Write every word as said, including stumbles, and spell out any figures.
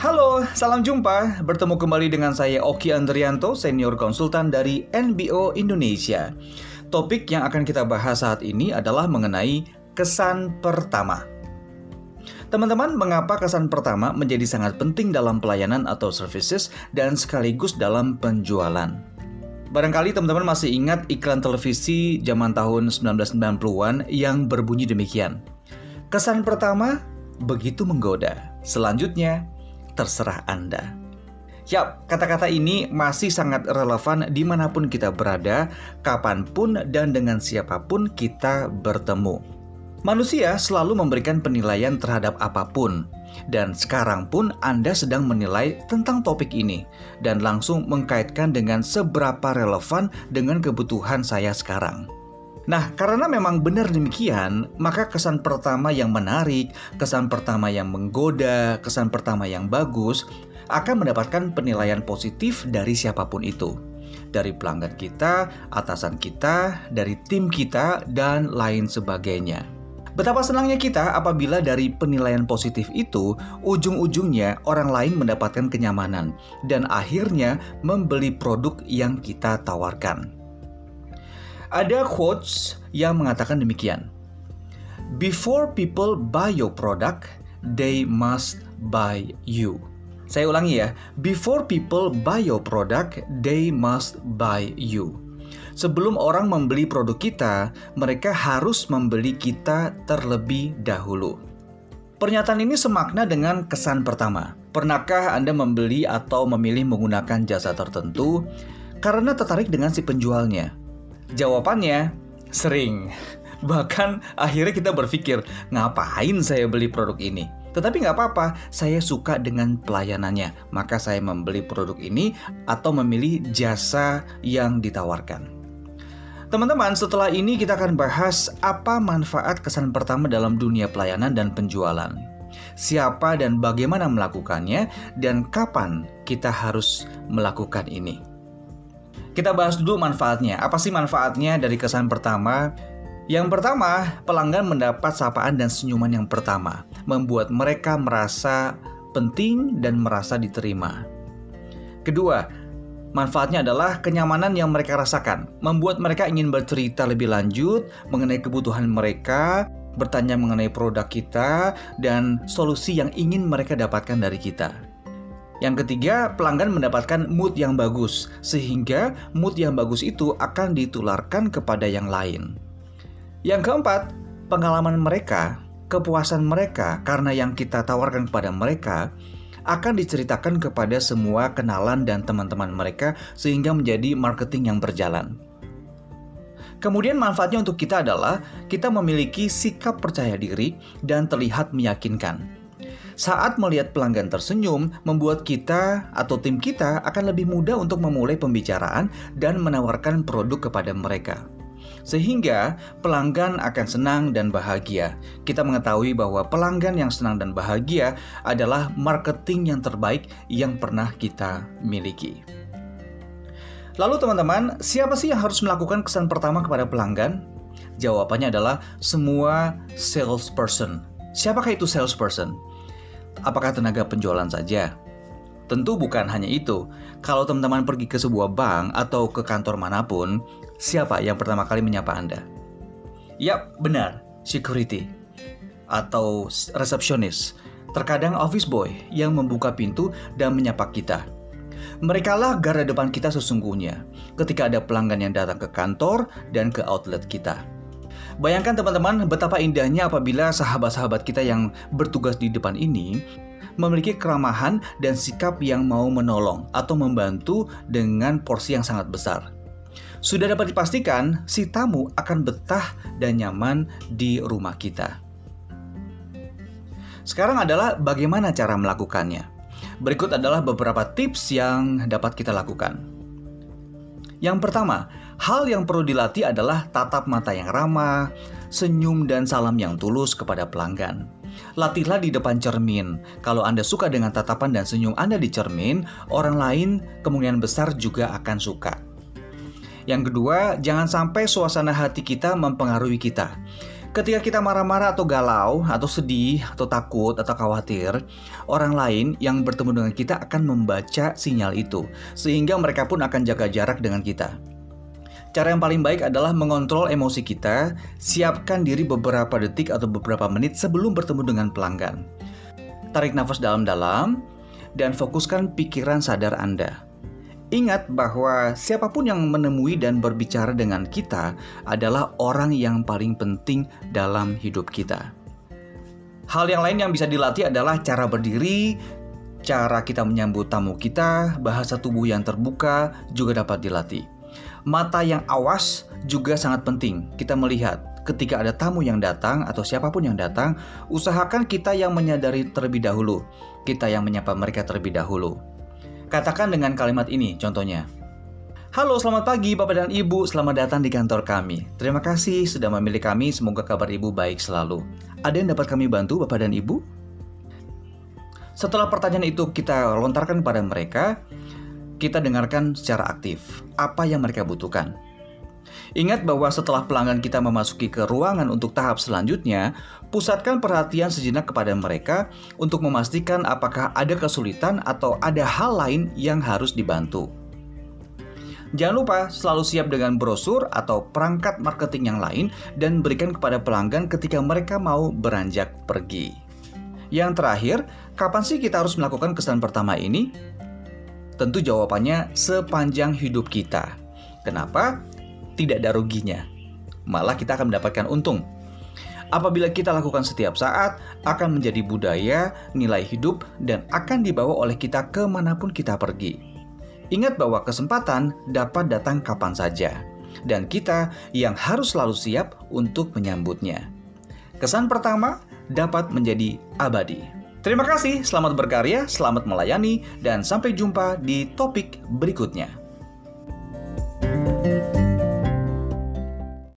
Halo, salam jumpa. Bertemu kembali dengan saya Oki Andrianto, senior konsultan dari N B O Indonesia. Topik yang akan kita bahas saat ini adalah mengenai kesan pertama. Teman-teman, mengapa kesan pertama menjadi sangat penting dalam pelayanan atau services dan sekaligus dalam penjualan? Barangkali teman-teman masih ingat iklan televisi zaman tahun sembilan belas sembilan puluhan yang berbunyi demikian. Kesan pertama begitu menggoda. Selanjutnya, terserah Anda. Yap, kata-kata ini masih sangat relevan dimanapun kita berada, kapanpun dan dengan siapapun kita bertemu. Manusia selalu memberikan penilaian terhadap apapun, dan sekarang pun Anda sedang menilai tentang topik ini, dan langsung mengkaitkan dengan seberapa relevan dengan kebutuhan saya sekarang. Nah, karena memang benar demikian, maka kesan pertama yang menarik, kesan pertama yang menggoda, kesan pertama yang bagus, akan mendapatkan penilaian positif dari siapapun itu. Dari pelanggan kita, atasan kita, dari tim kita, dan lain sebagainya. Betapa senangnya kita apabila dari penilaian positif itu, ujung-ujungnya orang lain mendapatkan kenyamanan, dan akhirnya membeli produk yang kita tawarkan. Ada quotes yang mengatakan demikian. Before people buy your product, they must buy you. Saya ulangi ya. Before people buy your product, they must buy you. Sebelum orang membeli produk kita, mereka harus membeli kita terlebih dahulu. Pernyataan ini semakna dengan kesan pertama. Pernahkah Anda membeli atau memilih menggunakan jasa tertentu karena tertarik dengan si penjualnya? Jawabannya, sering. Bahkan akhirnya kita berpikir, ngapain saya beli produk ini? Tetapi nggak apa-apa, saya suka dengan pelayanannya. Maka saya membeli produk ini atau memilih jasa yang ditawarkan. Teman-teman, setelah ini kita akan bahas apa manfaat kesan pertama dalam dunia pelayanan dan penjualan. Siapa dan bagaimana melakukannya, dan kapan kita harus melakukan ini. Kita bahas dulu manfaatnya. Apa sih manfaatnya dari kesan pertama? Yang pertama, pelanggan mendapat sapaan dan senyuman yang pertama, membuat mereka merasa penting dan merasa diterima. Kedua, manfaatnya adalah kenyamanan yang mereka rasakan, membuat mereka ingin bercerita lebih lanjut mengenai kebutuhan mereka, bertanya mengenai produk kita, dan solusi yang ingin mereka dapatkan dari kita. Yang ketiga, pelanggan mendapatkan mood yang bagus, sehingga mood yang bagus itu akan ditularkan kepada yang lain. Yang keempat, pengalaman mereka, kepuasan mereka karena yang kita tawarkan kepada mereka akan diceritakan kepada semua kenalan dan teman-teman mereka sehingga menjadi marketing yang berjalan. Kemudian manfaatnya untuk kita adalah kita memiliki sikap percaya diri dan terlihat meyakinkan. Saat melihat pelanggan tersenyum, membuat kita atau tim kita akan lebih mudah untuk memulai pembicaraan dan menawarkan produk kepada mereka. Sehingga pelanggan akan senang dan bahagia. Kita mengetahui bahwa pelanggan yang senang dan bahagia adalah marketing yang terbaik yang pernah kita miliki. Lalu teman-teman, siapa sih yang harus melakukan kesan pertama kepada pelanggan? Jawabannya adalah semua salesperson. Siapakah itu salesperson? Apakah tenaga penjualan saja? Tentu bukan hanya itu. Kalau teman-teman pergi ke sebuah bank atau ke kantor manapun, siapa yang pertama kali menyapa Anda? Yap, benar, security atau resepsionis. Terkadang office boy yang membuka pintu dan menyapa kita. Merekalah garda depan kita sesungguhnya ketika ada pelanggan yang datang ke kantor dan ke outlet kita. Bayangkan teman-teman betapa indahnya apabila sahabat-sahabat kita yang bertugas di depan ini memiliki keramahan dan sikap yang mau menolong atau membantu dengan porsi yang sangat besar. Sudah dapat dipastikan si tamu akan betah dan nyaman di rumah kita. Sekarang adalah bagaimana cara melakukannya. Berikut adalah beberapa tips yang dapat kita lakukan. Yang pertama, hal yang perlu dilatih adalah tatap mata yang ramah, senyum dan salam yang tulus kepada pelanggan. Latihlah di depan cermin. Kalau Anda suka dengan tatapan dan senyum Anda di cermin, orang lain kemungkinan besar juga akan suka. Yang kedua, jangan sampai suasana hati kita mempengaruhi kita. Ketika kita marah-marah atau galau, atau sedih, atau takut, atau khawatir, orang lain yang bertemu dengan kita akan membaca sinyal itu, sehingga mereka pun akan jaga jarak dengan kita. Cara yang paling baik adalah mengontrol emosi kita, siapkan diri beberapa detik atau beberapa menit sebelum bertemu dengan pelanggan. Tarik nafas dalam-dalam, dan fokuskan pikiran sadar Anda. Ingat bahwa siapapun yang menemui dan berbicara dengan kita adalah orang yang paling penting dalam hidup kita. Hal yang lain yang bisa dilatih adalah cara berdiri, cara kita menyambut tamu kita, bahasa tubuh yang terbuka juga dapat dilatih. Mata yang awas juga sangat penting. Kita melihat ketika ada tamu yang datang atau siapapun yang datang, usahakan kita yang menyadari terlebih dahulu, kita yang menyapa mereka terlebih dahulu. Katakan dengan kalimat ini, contohnya. Halo, selamat pagi Bapak dan Ibu, selamat datang di kantor kami. Terima kasih sudah memilih kami, semoga kabar Ibu baik selalu. Ada yang dapat kami bantu Bapak dan Ibu? Setelah pertanyaan itu kita lontarkan pada mereka, kita dengarkan secara aktif apa yang mereka butuhkan. Ingat bahwa setelah pelanggan kita memasuki ke ruangan untuk tahap selanjutnya, pusatkan perhatian sejenak kepada mereka untuk memastikan apakah ada kesulitan atau ada hal lain yang harus dibantu. Jangan lupa selalu siap dengan brosur atau perangkat marketing yang lain dan berikan kepada pelanggan ketika mereka mau beranjak pergi. Yang terakhir, kapan sih kita harus melakukan kesan pertama ini? Tentu jawabannya sepanjang hidup kita. Kenapa? Tidak ada ruginya, malah kita akan mendapatkan untung. Apabila kita lakukan setiap saat, akan menjadi budaya, nilai hidup, dan akan dibawa oleh kita kemanapun kita pergi. Ingat bahwa kesempatan dapat datang kapan saja, dan kita yang harus selalu siap untuk menyambutnya. Kesan pertama dapat menjadi abadi. Terima kasih, selamat berkarya, selamat melayani, dan sampai jumpa di topik berikutnya.